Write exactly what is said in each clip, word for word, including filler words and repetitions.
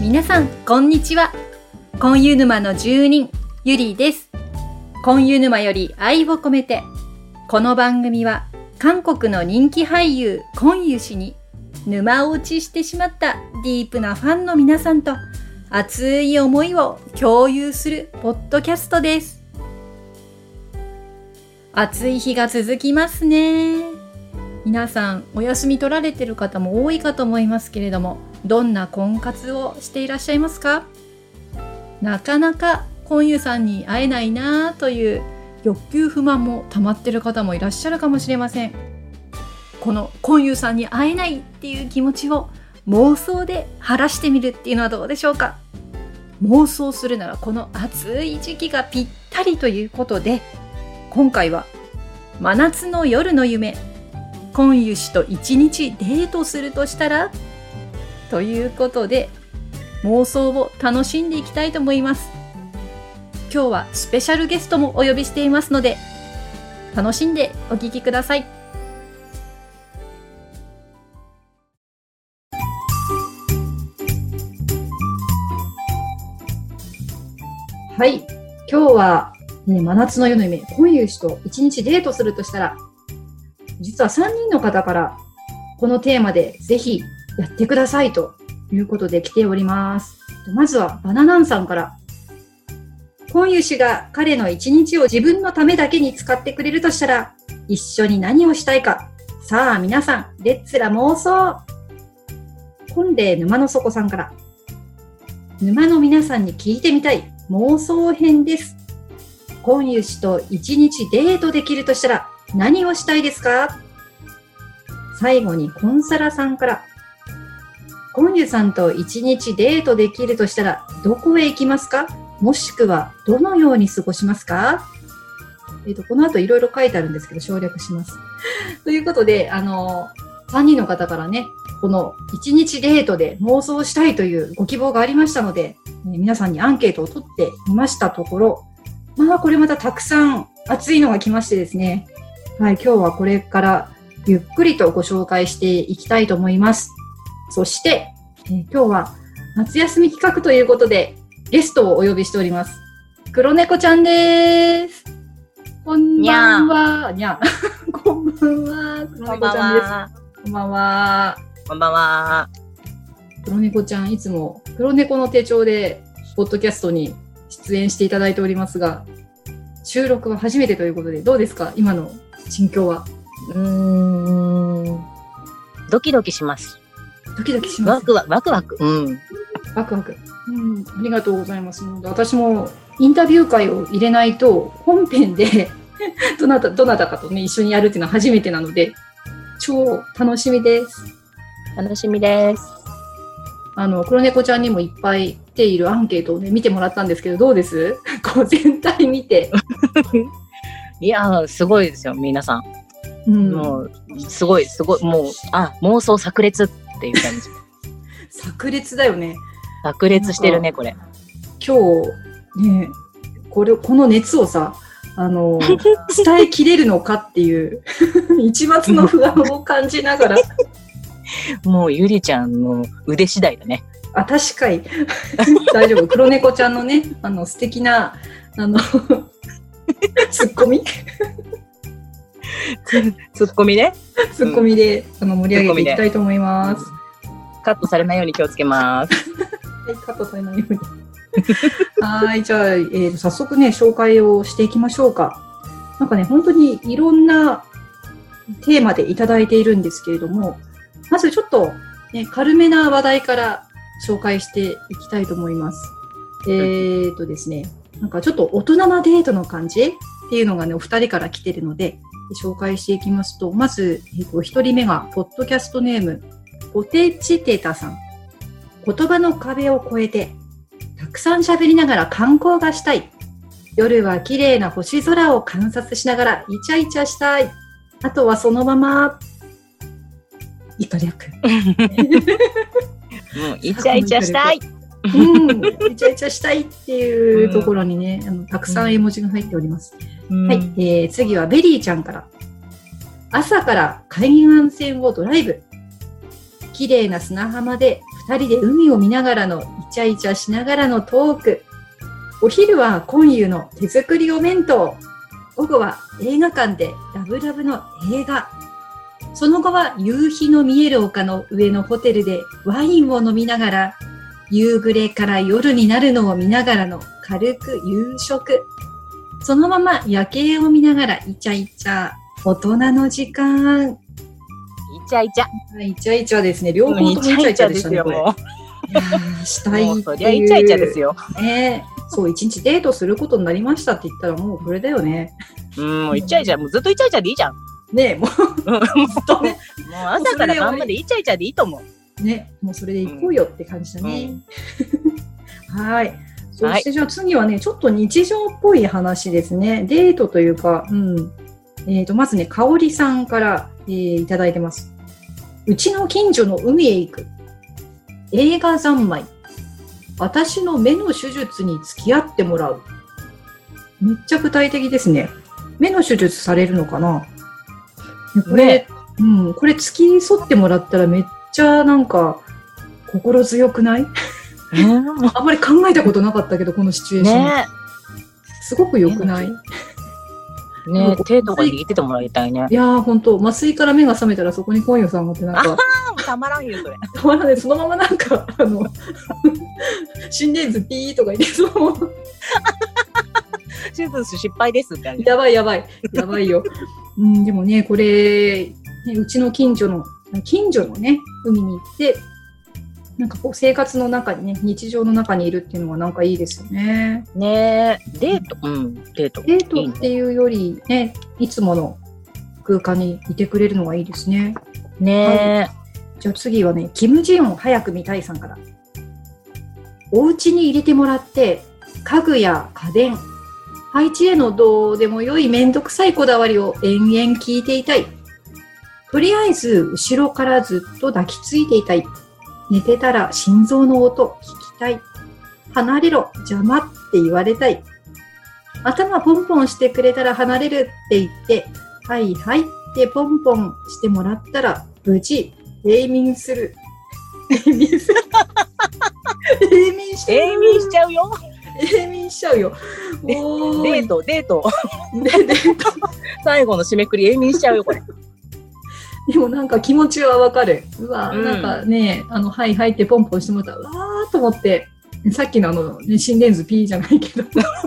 皆さんこんにちは。今湯沼の住人ゆりです。今湯沼より愛を込めて。この番組は韓国の人気俳優コンユ氏に沼落ちしてしまったディープなファンの皆さんと熱い思いを共有するポッドキャストです。暑い日が続きますね。皆さんお休み取られている方も多いかと思いますけれども、どんな婚活をしていらっしゃいますか？なかなか婚友さんに会えないなという欲求不満も溜まっている方もいらっしゃるかもしれません。この婚友さんに会えないっていう気持ちを妄想で晴らしてみるっていうのはどうでしょうか？妄想するならこの暑い時期がぴったりということで、今回は真夏の夜の夢、婚友氏と一日デートするとしたらということで、妄想を楽しんでいきたいと思います。今日はスペシャルゲストもお呼びしていますので、楽しんでお聞きください。はい、今日は、ね、真夏の夜の夢、婚友氏と一日デートするとしたら、実はさんにんの方からこのテーマでぜひやってくださいということで来ております。まずはバナナンさんから。婚友氏が彼の一日を自分のためだけに使ってくれるとしたら、一緒に何をしたいか。さあ皆さん、レッツラ妄想。婚礼沼の底さんから。沼の皆さんに聞いてみたい妄想編です。婚友氏と一日デートできるとしたら何をしたいですか？最後にコンサラさんから。婚友さんと一日デートできるとしたらどこへ行きますか？もしくはどのように過ごしますか？えっと、この後いろいろ書いてあるんですけど省略します。ということで、あの、さんにんの方からね、この一日デートで妄想したいというご希望がありましたので、えー皆さんにアンケートを取ってみましたところ、まあこれまたたくさん熱いのが来ましてですね、はい、今日はこれからゆっくりとご紹介していきたいと思います。そして、えー、今日は夏休み企画ということでゲストをお呼びしております。黒猫ちゃんです。こんばんは。にゃー。こんばんは。黒猫ちゃんです。こんばんは。 こんばんは。 黒猫ちゃん、いつも黒猫の手帳でポッドキャストに出演していただいておりますが、収録は初めてということで、どうですか？今の心境は。 うーん。ドキドキします。 ドキドキします。 ワクワク、ワクワク。うん。 ワクワク。うん。ありがとうございます。私もインタビュー会を入れないと、本編でどなた、どなたかとね、一緒にやるっていうのは初めてなので、超楽しみです。 楽しみです。 あの、黒猫ちゃんにもいっぱい来ているアンケートをね、見てもらったんですけど、どうです？こう全体見て。 いやー、すごいですよ、皆さん。うん、もう、すごい、すごい、もう、あ、妄想炸裂っていう感じ。 炸裂だよね。 炸裂してるね、これ。 今日、ね、これ、この熱をさ、あの、伝えきれるのかっていう、一抹の不安を感じながら。 もうゆりちゃんの腕次第だね。 あ、確かに。大丈夫。黒猫ちゃんのね、あの、素敵な、あの、ツッコミツッコミね。 ツッコミで、うん、あの盛り上げていきたいと思います。 カットされないように気をつけます。 はい、カットされないように。はい、じゃあ、えー、早速ね、紹介をしていきましょうか。なんかね、本当にいろんなテーマでいただいているんですけれども、まずちょっと、ね、軽めな話題から紹介していきたいと思います。えーとですね、なんかちょっと大人なデートの感じっていうのがね、お二人から来てるので、紹介していきますと、まず、えーと、一人目が、ポッドキャストネーム、ポテチテタさん。言葉の壁を越えて、たくさん喋りながら観光がしたい。夜は綺麗な星空を観察しながらイチャイチャしたい。あとはそのまま、イカ略。 もうイチャイチャしたい。 うん、イチャイチャしたいっていうところにね、あのたくさん絵文字が入っております。うん、はい、えー、次はベリーちゃんから。朝から海岸線をドライブ。綺麗な砂浜で二人で海を見ながらのイチャイチャしながらのトーク。お昼は今湯の手作りお弁当。午後は映画館でラブラブの映画。その後は夕日の見える丘の上のホテルでワインを飲みながら、夕暮れから夜になるのを見ながらの軽く夕食。そのまま夜景を見ながらイチャイチャ。大人の時間。 イチャイチャ。 イチャイチャですね。両方ともイチャイチャでしたね。これしたいっていう。 もうそりゃイチャイチャですよ。 ね、そう一日デートすることになりましたって言ったらもうこれだよね。 うん、もうイチャイチャ、もうずっとイチャイチャでいいじゃん。 ねえ、もうずっとね。 もう朝から晩までイチャイチャでいいと思う。ね、もうそれで行こうよって感じだね。うん、はい。そしてじゃあ次はね、ちょっと日常っぽい話ですね。デートというか、うん。えっと、まずね、かおりさんから、えー、いただいてます。うちの近所の海へ行く。映画三昧。私の目の手術に付き合ってもらう。めっちゃ具体的ですね。目の手術されるのかな？これ、ね、うん、これ付き添ってもらったらめっちゃなんか心強くない？あんまり考えたことなかったけど、このシチュエーション。ね、すごく良くない？ ね、手とか握っててもらいたいね。 いやー、ほんと、麻酔から目が覚めたらそこに今夜さんがってなんか。 あたまらんよ、それ。 たまらない。そのままなんか、あの、心電図ピーとか言って、そのまま。 手術失敗ですって。 やばいやばい。やばいよ。うん、でもね、これ、ね、うちの近所の、近所のね、海に行って、なんかこう生活の中にね、日常の中にいるっていうのはなんかいいですよね。 ねえ、デート、うん、デート。 デートっていうよりね、いつもの空間にいてくれるのがいいですね。 ねえ、 はい。じゃあ次はね、キム・ジヨン早く見たいさんから。お家に入れてもらって、家具や家電、配置へのどうでもよいめんどくさいこだわりを延々聞いていたい。とりあえず後ろからずっと抱きついていたい。寝てたら心臓の音聞きたい。離れろ、邪魔って言われたい。頭ポンポンしてくれたら離れるって言って、はいはいってポンポンしてもらったら無事永眠する。永眠する。永眠しちゃう。 永眠しちゃうよ。 永眠しちゃうよ。 デート、デート。 デート。 最後の締めくり永眠しちゃうよ、これ。 でもなんか気持ちはわかる。うわ、うん、なんかね、あの、はいはいってポンポンしてもらったら、うわーと思って、さっきのあの、ね、心電図 P じゃないけど、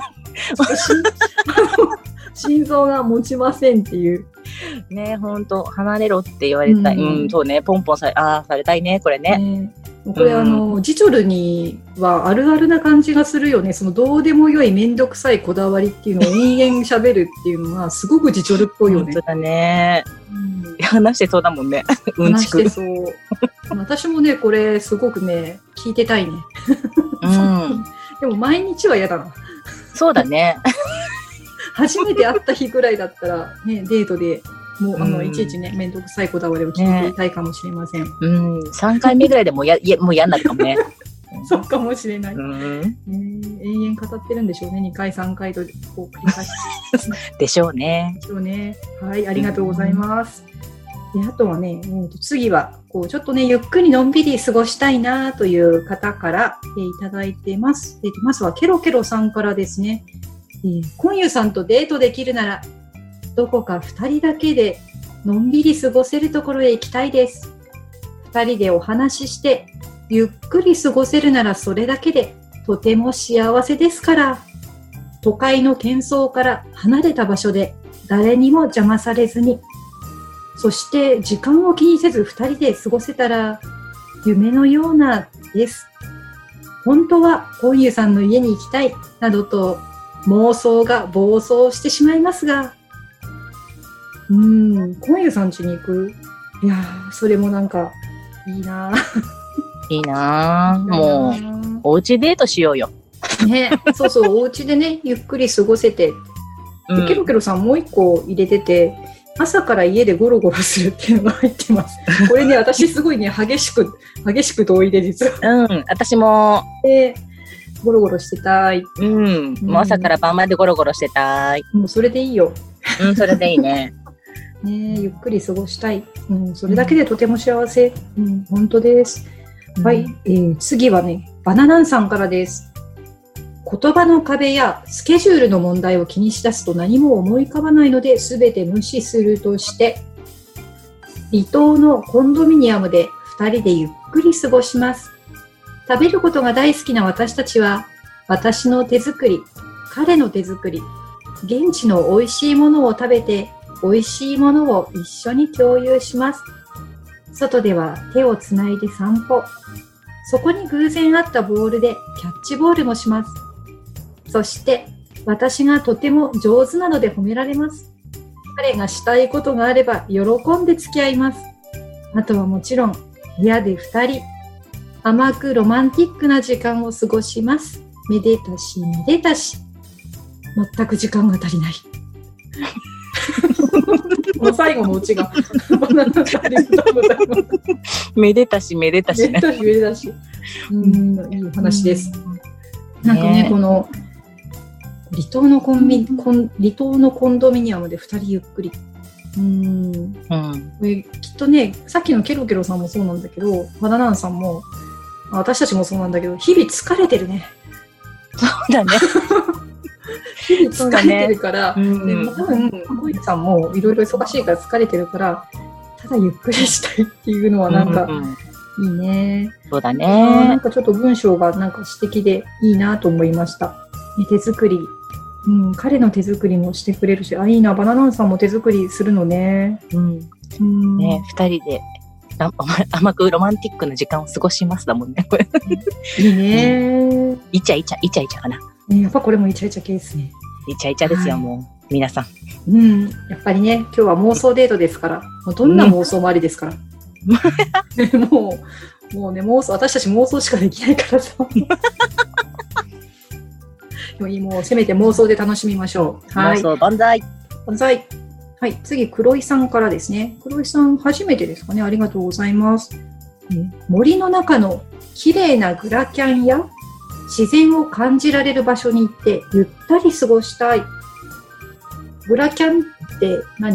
心臓が持ちませんっていう。 ね、ほんと、離れろって言われたい。うん、うん、そうね、ポンポンされ、あー、されたいね、これね。ね、 これ、うん、あの、ジチョルにはあるあるな感じがするよね。その、どうでもよいめんどくさいこだわりっていうのを延々喋るっていうのは、すごくジチョルっぽいよね。 本当だね。うん、話してそうだもんね。うんちく。 話してそう。私もね、これ、すごくね、聞いてたいね。うん。でも、毎日は嫌だな。 そうだね。 初めて会った日ぐらいだったら、ね、デートで、もう、あの、うん、いちいちね、めんどくさいこだわりを聞いていたいかもしれません。ね、 うん。さんかいめぐらいでもうや、いや、もう嫌になるかもね。 そうかもしれない。うん、ね、延々語ってるんでしょうね。にかい、さんかいと、こう繰り返し。 でしょうね。 でしょうね。はい、ありがとうございます。うん、であとはね、えーと、次は、こう、ちょっとね、ゆっくりのんびり過ごしたいなという方から、えー、いただいてます。えーと、まずは、ケロケロさんからですね。えー、今湯さんとデートできるなら、どこか二人だけでのんびり過ごせるところへ行きたいです。二人でお話しして、ゆっくり過ごせるならそれだけでとても幸せですから。都会の喧騒から離れた場所で誰にも邪魔されずに、そして時間を気にせず二人で過ごせたら夢のようなです。本当は今湯さんの家に行きたいなどと妄想が暴走してしまいますが、うーん、今湯さん家に行く？いやー、それもなんかいいないいなもうおうちデートしようよ。 ね、そうそう、お家でね、ゆっくり過ごせて、うん、ケロケロさんもう一個入れてて、朝から家でゴロゴロするっていうのが入ってます。これね、私すごいね、激しく、激しく同意で実は。 うん、私も。 で、ゴロゴロしてたい。 うん、うん、もう朝から晩までゴロゴロしてたい。 もうそれでいいよ。 うん、それでいいね。 ね、ゆっくり過ごしたい。うん、それだけでとても幸せ。うん、本当です。 はい、えー、次はね、バナナンさんからです。言葉の壁やスケジュールの問題を気にしだすと何も思い浮かばないので全て無視するとして、離島のコンドミニアムでふたりでゆっくり過ごします。食べることが大好きな私たちは、私の手作り、彼の手作り、現地の美味しいものを食べて美味しいものを一緒に共有します。外では手をつないで散歩。そこに偶然あったボールでキャッチボールもします。そして私がとても上手なので褒められます。彼がしたいことがあれば喜んで付き合います。あとはもちろん部屋でふたり甘くロマンティックな時間を過ごします。めでたしめでたし。全く時間が足りない。もう最後のオチがバナナさんありがとうございます。 めでたしめでたしね。 めでたしめでたし。うん、いいお話です。なんかね、この離島のコンビコン離島のコンドミニアムでふたりゆっくり。うん、うん、これきっとね、さっきのケロケロさんもそうなんだけど、バナナンさんも私たちもそうなんだけど、日々疲れてるね。 そうだね。 日々疲れてるから、 ね、うん、 で多分小池さんもいろいろ忙しいから疲れてるから、ただゆっくりしたいっていうのはなんか、うんうん、いいね。 そうだね。 なんかちょっと文章がなんか詩的でいいなと思いました。手作り、うん、彼の手作りもしてくれるし、あ、いいな、バナナンさんも手作りするのね。 うん。うん、ね、二人で甘くロマンティックな時間を過ごしますだもんね。これいいね、うん。 イチャイチャイチャイチャかな。 ね、やっぱこれもイチャイチャ系ですね。 イチャイチャですよ、はい、もう皆さん。 うん、やっぱりね、今日は妄想デートですから、もうどんな妄想もありですから。うん、もうもうね、妄想、私たち妄想しかできないからさ。もうもうせめて妄想で楽しみましょう。 はい。妄想万歳。 万歳。はい、次黒井さんからですね。黒井さん初めてですかね。ありがとうございます。森の中の綺麗なグラキャンや自然を感じられる場所に行ってゆったり過ごしたい。グラキャンって何？うん、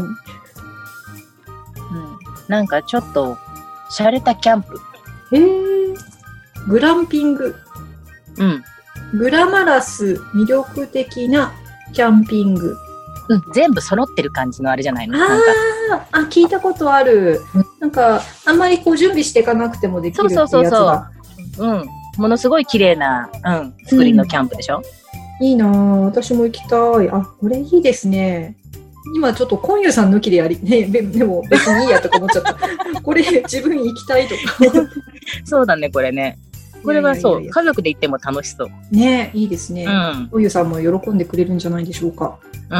なんかちょっと洒落たキャンプ。 へー、グランピング。 うん。 グラマラス魅力的なキャンピング。 うん、全部揃ってる感じのあれじゃないの？ あー、あ、聞いたことある。うん、なんかあんまりこう準備していかなくてもできるっていうやつだ。そうそうそうそう。うん。ものすごい綺麗な、うん、作りのキャンプでしょ、 うん、いいなぁ。私も行きたい。あ、これいいですね。今ちょっとコンユさん抜きでやり、ね、でも別にいいやとか思っちゃった。これ自分行きたいとか。 そうだね、これね。これはそう、いやいやいや、家族で行っても楽しそう。 ね、いいですね。 うん。 コンユさんも喜んでくれるんじゃないでしょうか。 うん。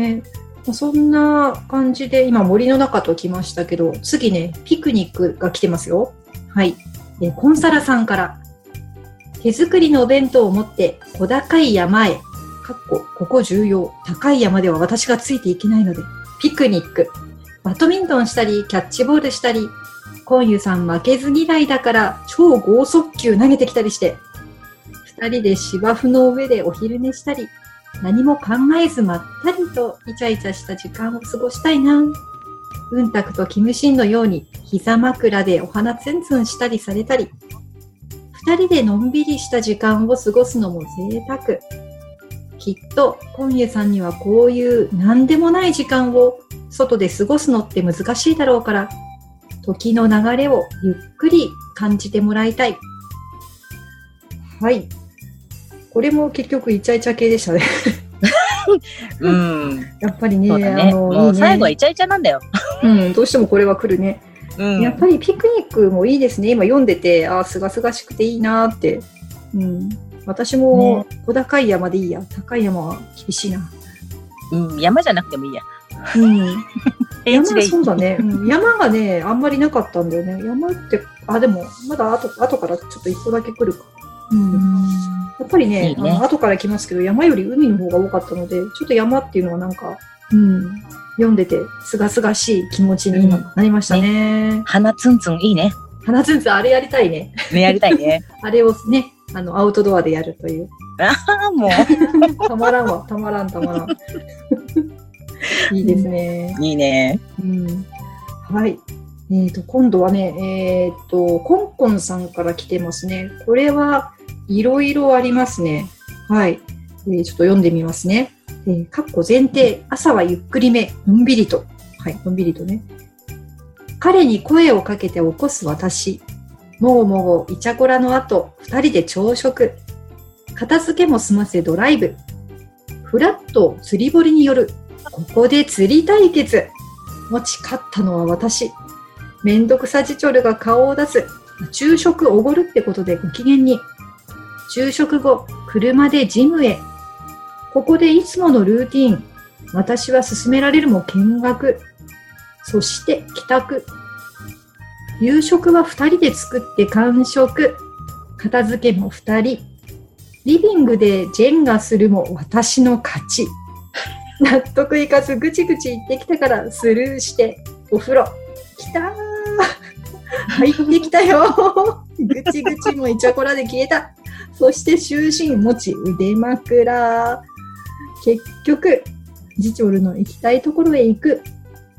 ね、そんな感じで今森の中と来ましたけど、次ね、ピクニックが来てますよ。はい。えコンサラさんから。手作りのお弁当を持って小高い山へ、かっこここ重要、高い山では私がついていけないので、ピクニック、バドミントンしたりキャッチボールしたり、コンユさん負けず嫌いだから超剛速球投げてきたりして、二人で芝生の上でお昼寝したり、何も考えずまったりとイチャイチャした時間を過ごしたいな。うんたくとキムシンのように膝枕でお花ツンツンしたりされたり、二人でのんびりした時間を過ごすのも贅沢。きっとコンユさんにはこういう何でもない時間を外で過ごすのって難しいだろうから、時の流れをゆっくり感じてもらいたい。はい。これも結局イチャイチャ系でしたね。 うん。 やっぱりね、 そうだね、あのもう最後はイチャイチャなんだよ。 うん、どうしてもこれは来るね。うん、やっぱりピクニックもいいですね。今読んでて、ああ、すがすがしくていいなって。うん。私も小高い山でいいや。高い山は厳しいな。 うん、山じゃなくてもいいや。 うん。山、そうだね、うん。山がね、あんまりなかったんだよね。山って、あ、でも、まだ後、後からちょっと一個だけ来るか。うん。うん、やっぱりね、いいね、あの後から来ますけど、山より海の方が多かったので、ちょっと山っていうのはなんか、うん。読んでて、すがすがしい気持ちに今なりましたね。ね、 花ツンツンいいね。 花ツンツン、あれやりたいね。 ね、やりたいね。 あれをね、あの、アウトドアでやるという。 ああ、もう。たまらんわ、たまらん、たまらん。いいですね。 いいね。 うん。はい。 えっと、今度はね、えっと、コンコンさんから来てますね。これはいろいろありますね。はい。えー、ちょっと読んでみますね。えー、かっこ前提、朝はゆっくりめ、のんびりと。はい、のんびりとね。彼に声をかけて起こす私。もごもご、イチャコラの後、二人で朝食。片付けも済ませドライブ。フラッと釣り堀による。ここで釣り対決。持ち勝ったのは私。めんどくさジチョルが顔を出す。昼食おごるってことでご機嫌に。昼食後、車でジムへ。ここでいつものルーティーン。私は勧められるも見学。そして帰宅。夕食は二人で作って完食。片付けも二人。リビングでジェンガするも私の勝ち。納得いかずぐちぐち言ってきたからスルーしてお風呂。来たー入ってきたよぐちぐちもイチャコラで消えた。そして就寝持ち腕枕。結局ジチョルの行きたいところへ行く。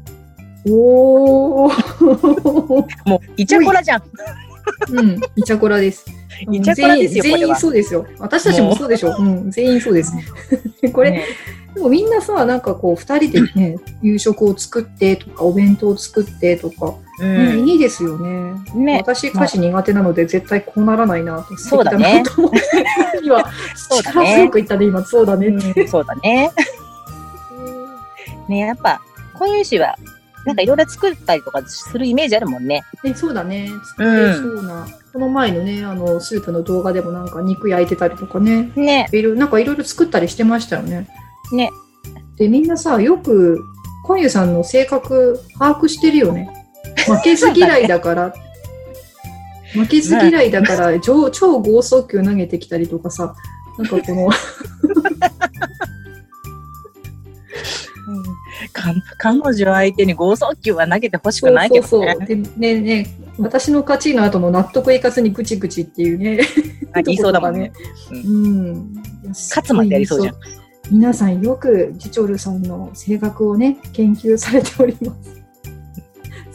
おーもうイチャコラじゃん。 うん、イチャコラです。 イチャコラですよ。 全員、全員そうですよ。私たちもそうでしょ。うん、全員そうです。これ、ね、でもみんなさ、なんかこう、二人でね、夕食を作ってとか、お弁当を作ってとか、うん、いいですよね。ね、私、歌詞苦手なので、絶対こうならないなと、 そうだね。 と思って、今、力強く言ったね、今、そうだねって。 うん、そうだね。ね、やっぱ、婚友誌は、なんかいろいろ作ったりとかするイメージあるもんね。 ね、そうだね。作れそうな。うん、この前のね、あの、スープの動画でもなんか肉焼いてたりとかね。 ね。 いろいろ、なんかいろいろ作ったりしてましたよね。 ね。 で、みんなさ、よく、コンユさんの性格把握してるよね。負けず嫌いだから。負けず嫌いだから、超、超剛速球投げてきたりとかさ、なんかこの、 彼女相手に剛速球は投げてほしくないけどね。そうそうそう。でねね、私の勝ちの後の納得いかずにぐちぐちっていうね。 あ、言いそうだもんね。 うん。 勝つまでやりそうじゃん。 皆さんよくジチョルさんの性格をね、研究されております。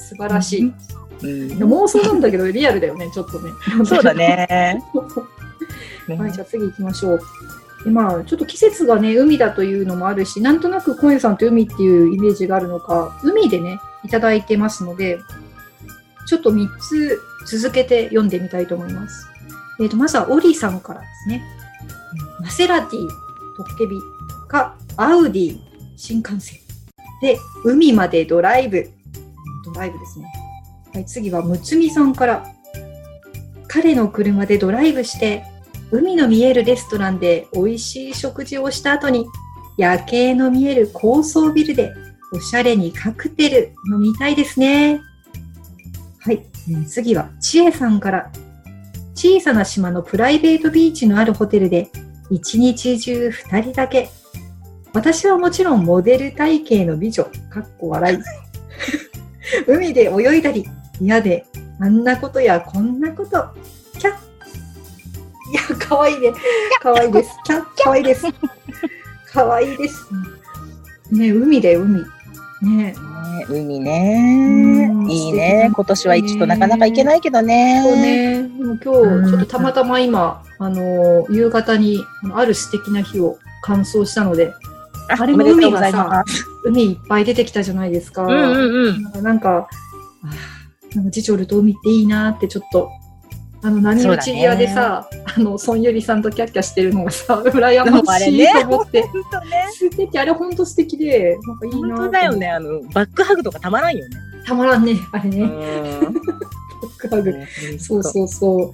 素晴らしい。うん、妄想なんだけどリアルだよね、ちょっとね。 そうだね。 はい、じゃあ次行きましょう。でまあ、ちょっと季節がね、海だというのもあるし、なんとなくコンユさんと海っていうイメージがあるのか、海でね、いただいてますので、ちょっとみっつ続けて読んでみたいと思います。えーと、まずはオリさんからですね。マセラティ、トッケビか、アウディ、新幹線。で、海までドライブ。ドライブですね。はい、次はむつみさんから。彼の車でドライブして、海の見えるレストランで美味しい食事をした後に夜景の見える高層ビルでおしゃれにカクテル飲みたいですね。はい、次はちえさんから。小さな島のプライベートビーチのあるホテルで一日中二人だけ。私はもちろんモデル体型の美女かっこ笑い海で泳いだり嫌であんなことやこんなことキャッいや、かわいいね。かわいいです。キャッ、かわいいです。かわいいです。ね、海だよ、海。ね。 ね海ね。いいね。今年は一度なかなか行けないけどね。 そうね。でも今日、ちょっとたまたま今、あの、夕方に、ある素敵な日を完走したので、あ, あれも海がさ、海いっぱい出てきたじゃないですか。 うんうんうん。 なんか、なんかジチョルと海っていいなってちょっと、あの、波打ち際でさ、あの、ソンユリさんとキャッキャしてるのがさ、羨ましいと思って。ね、素敵、あれほんと素敵で、なんかいいな。 本当だよね、あの、バックハグとかたまらんよね。 たまらんね、あれね。バックハグ。そうそうそう。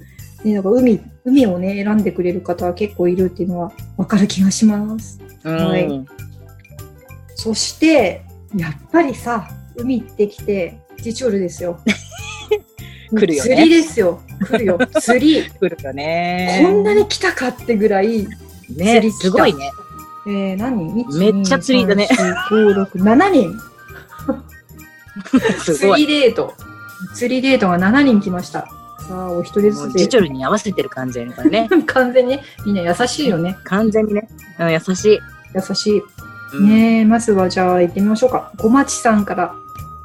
ね、なんか海、海をね、選んでくれる方は結構いるっていうのはわかる気がします。はい。そして、やっぱりさ、海行ってきて、ジチョルですよ。 来るよね。 釣りですよ。来るよ。釣り。 来るよね。 こんなに来たかってぐらい、 ね、釣り来た。すごいね。 えー、何人？ めっちゃ釣りだね。 ご、ろく、ななにん。釣りデート。釣りデートがしちにん来ました。さあ、お一人ずつで。 ジチョルに合わせてる感じやからね。 完全にね。みんな優しいよね。 完全にね。うん、優しい。 優しい。うん、ねえ、まずはじゃあ行ってみましょうか。小町さんから。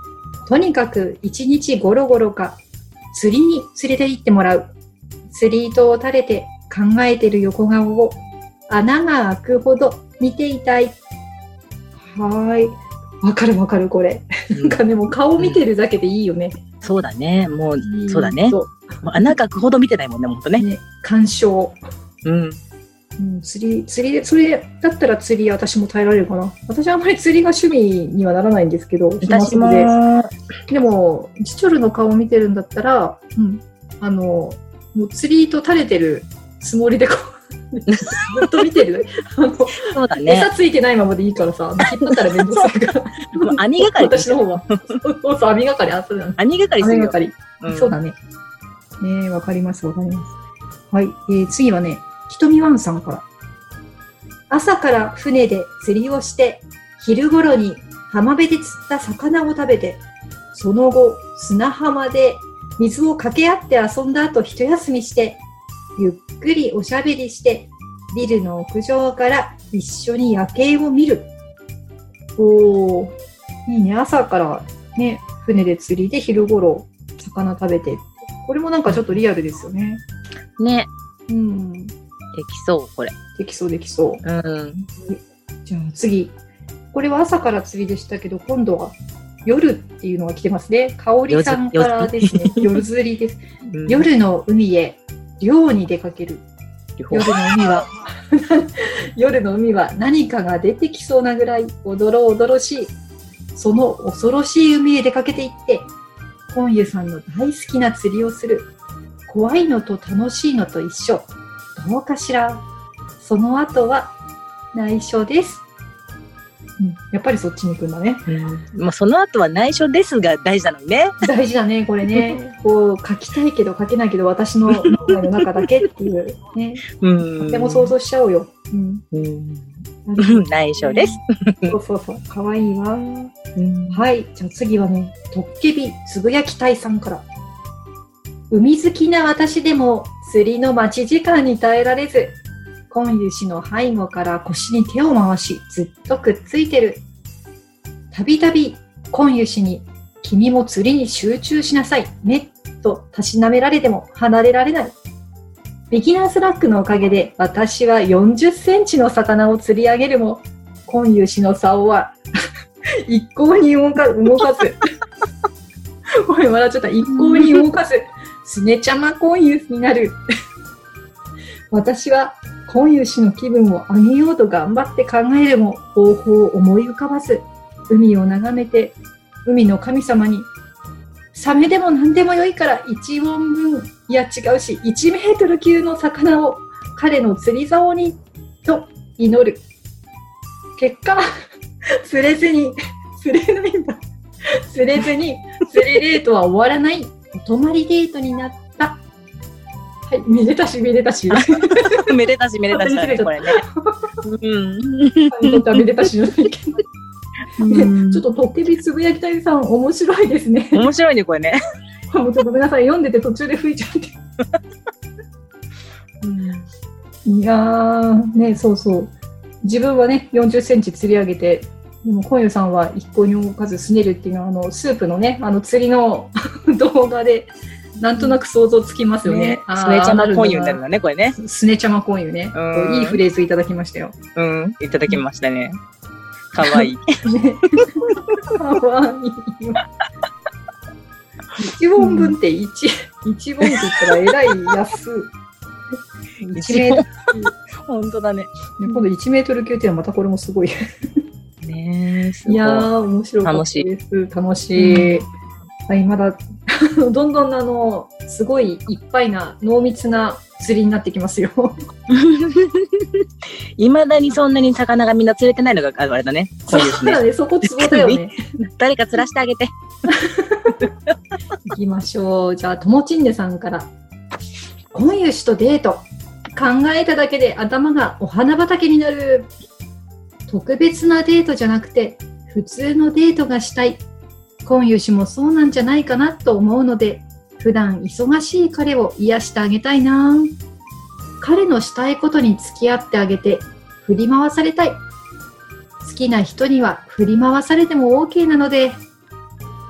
とにかく一日ゴロゴロか釣りに連れて行ってもらう。釣り糸を垂れて考えてる横顔を穴が開くほど見ていたい。はーい。わかるわかるこれ。なんかね、もう顔見てるだけでいいよね。 うん、そうだね。もう、そうだね。もう穴が開くほど見てないもんね、ほんとね。ね、 鑑賞。 うん。 うん、釣り、釣りで、それだったら釣り私も耐えられるかな。私はあんまり釣りが趣味にはならないんですけど、 私も。 でも、ジチョルの顔を見てるんだったら、うん、あの、もう釣りと垂れてるつもりでこう、ずっと見てる。あの、 そうだね。 餌ついてないままでいいからさ、引っ張ったら面倒くさいから。 もう網がかり。 私の方は。そうそう、網がかり。あ、そうだね。 網がかりするよ。 網がかり。うん、そうだね。ね、わかります、わかります。はい、えー、次はね、ひとみわんさんから。朝から船で釣りをして、昼頃に浜辺で釣った魚を食べて、その後、砂浜で水をかけ合って遊んだ後一休みして、ゆっくりおしゃべりして、ビルの屋上から一緒に夜景を見る。おー、いいね。朝からね、船で釣りで昼頃魚食べて。これもなんかちょっとリアルですよね。 ね。 うん。 できそう、これ。 できそう、できそう。 うん。 じゃあ次。これは朝から釣りでしたけど、今度は夜っていうのが来てますね。かおりさんからですね。夜釣りです、うん。夜の海へ漁に出かける。夜の海は、夜の海は何かが出てきそうなぐらいおどろおどろしい。その恐ろしい海へ出かけていって、本湯さんの大好きな釣りをする。怖いのと楽しいのと一緒。どうかしら。その後は内緒です。うん、やっぱりそっちに行くんだね。 うん、まあその後は内緒ですが大事なのにね。 大事だね、これね。こう書きたいけど書けないけど私の脳内の中だけっていうね。うん。とても想像しちゃうよ。うん。うん、 内緒です。 そうそうそう。かわいいわ、うん。はい。じゃあ次はね、トッケビつぶやき隊さんから。海好きな私でも釣りの待ち時間に耐えられず、今湯氏の背後から腰に手を回し、ずっとくっついてる。たびたび今湯氏に、君も釣りに集中しなさいね、とたしなめられても離れられない。ビギナーズラックのおかげで私はよんじゅっセンチの魚を釣り上げるも、今湯氏の竿は一向に動か動かず。ごめん、笑っちゃった。一向に動かず、すねちゃま今湯になる。私は今湯氏の気分を上げようと頑張って考えるも方法を思い浮かばず、海を眺めて海の神様に、サメでも何でもよいからいちウォンぶん、いや違うしいちメートル級の魚を彼の釣り竿にと祈る。結果釣れずに釣れないんだ釣れずに釣りデートは終わらないお泊まりデートになった。はい、めでたしめでたしめでたしめでたしだね、これね。 うん。めでたしじゃないけど。ね、ちょっとトッケビつぶやき隊さん面白いですね。 面白いね、これね。 もうちょっと皆さん読んでて途中で吹いちゃって。うん、いやー、ね、そうそう。自分はね、よんじゅっセンチ釣り上げて、でも今湯さんは一向に動かずすねるっていうのは、あの、スープのね、あの釣りの動画で、なんとなく想像つきますよね。ね、 すねちゃま今湯になるんだね、これね。 すねちゃま今湯ね。いいフレーズいただきましたよ。 うん、いただきましたね。かわいい。 かわいい。一本分って一、一本って言ったらえらい安。一メートル。 本当だね。 今度いちメートル級っていうのはまたこれもすごい。 ねえ、すごい。 いやー、面白かったです。楽しい。楽しい。はい、まだ、どんどんあの、すごいいっぱいな濃密な釣りになってきますよ。 いまだにそんなに魚がみんな釣れてないのがあれだね。 そうだね、そこツボだよね。 誰か釣らしてあげて。 行きましょう。じゃあ、ともちんねさんから。今湯氏とデート。考えただけで頭がお花畑になる。特別なデートじゃなくて、普通のデートがしたい。今湯氏もそうなんじゃないかなと思うので、普段忙しい彼を癒してあげたいな。彼のしたいことに付き合ってあげて振り回されたい。好きな人には振り回されても OK なので、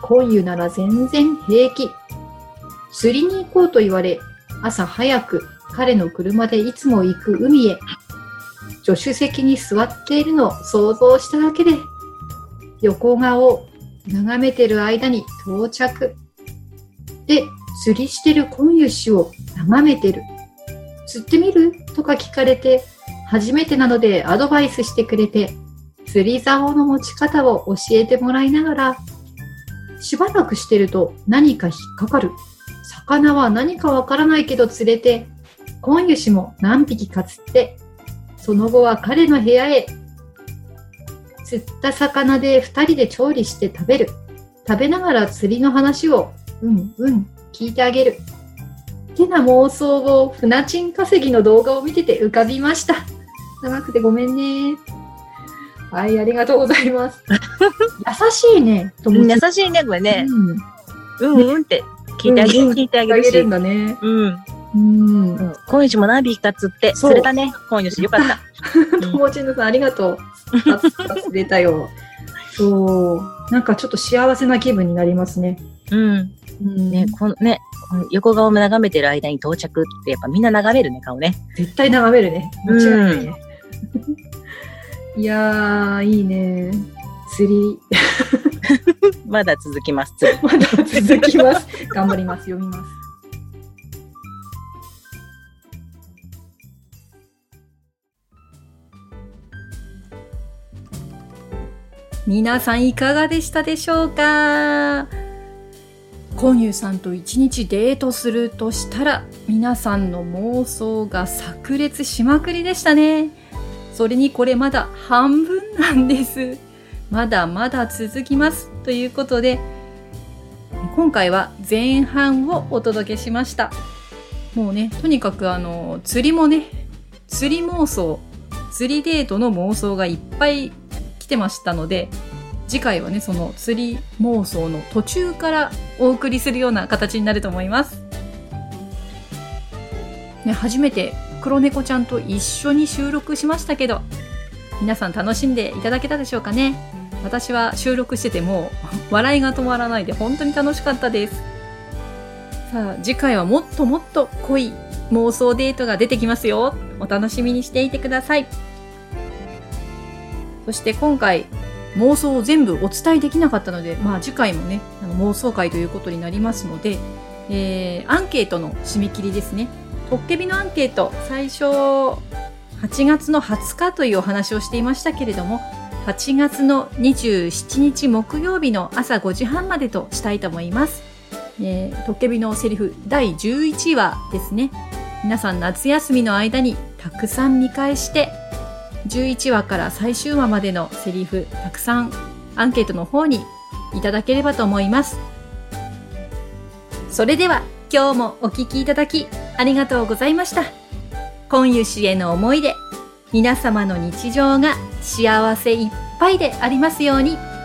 今湯なら全然平気。釣りに行こうと言われ、朝早く彼の車でいつも行く海へ。助手席に座っているのを想像しただけで、横顔を眺めてる間に到着。で、釣りしてる今湯氏を眺めてる。釣ってみるとか聞かれて、初めてなのでアドバイスしてくれて、釣り竿の持ち方を教えてもらいながら、しばらくしてると何か引っかかる。魚は何かわからないけど釣れて、今湯氏も何匹か釣って、その後は彼の部屋へ。釣った魚で二人で調理して食べる。食べながら釣りの話を、うんうん聞いてあげる。てな妄想を船賃稼ぎの動画を見てて浮かびました。長くてごめんね。はい、ありがとうございます。優しいね。 優しいね、これね。うん、うんうんって聞いてあげる、聞いてあげるし。 るんだね。 うん。うん。今湯氏も何匹か釣って、釣れたね。今湯氏よかった。 ともちぬさん、ありがとう。釣れたよ。そう。なんかちょっと幸せな気分になりますね。 うん。うん、ね、このね、この横顔を眺めてる間に到着ってやっぱみんな眺めるね、顔ね。 絶対眺めるね。間違いないね。うん、いやー、いいね。釣り。 まだ続きます。 まだ続きます。頑張ります。読みます。皆さんいかがでしたでしょうか？今湯さんと一日デートするとしたら、皆さんの妄想が炸裂しまくりでしたね。それにこれまだ半分なんです。まだまだ続きます。ということで、今回は前半をお届けしました。もうね、とにかくあの、釣りもね、釣り妄想、釣りデートの妄想がいっぱい来てましたので、次回はね、その釣り妄想の途中からお送りするような形になると思います。ね、初めて黒猫ちゃんと一緒に収録しましたけど、皆さん楽しんでいただけたでしょうかね。私は収録してても笑いが止まらないで本当に楽しかったです。さあ、次回はもっともっと濃い妄想デートが出てきますよ。お楽しみにしていてください。そして今回、妄想を全部お伝えできなかったので、まあ次回もね、あの妄想会ということになりますので、えー、アンケートの締め切りですね。トッケビのアンケート、最初、はちがつのはつかというお話をしていましたけれども、はちがつのにじゅうしちにち木曜日の朝ごじはんまでとしたいと思います。えー、トッケビのセリフだいじゅういちわですね。皆さん夏休みの間にたくさん見返して、じゅういちわから最終話までのセリフたくさんアンケートの方にいただければと思います。それでは今日もお聞きいただきありがとうございました。今湯氏への思いで皆様の日常が幸せいっぱいでありますように。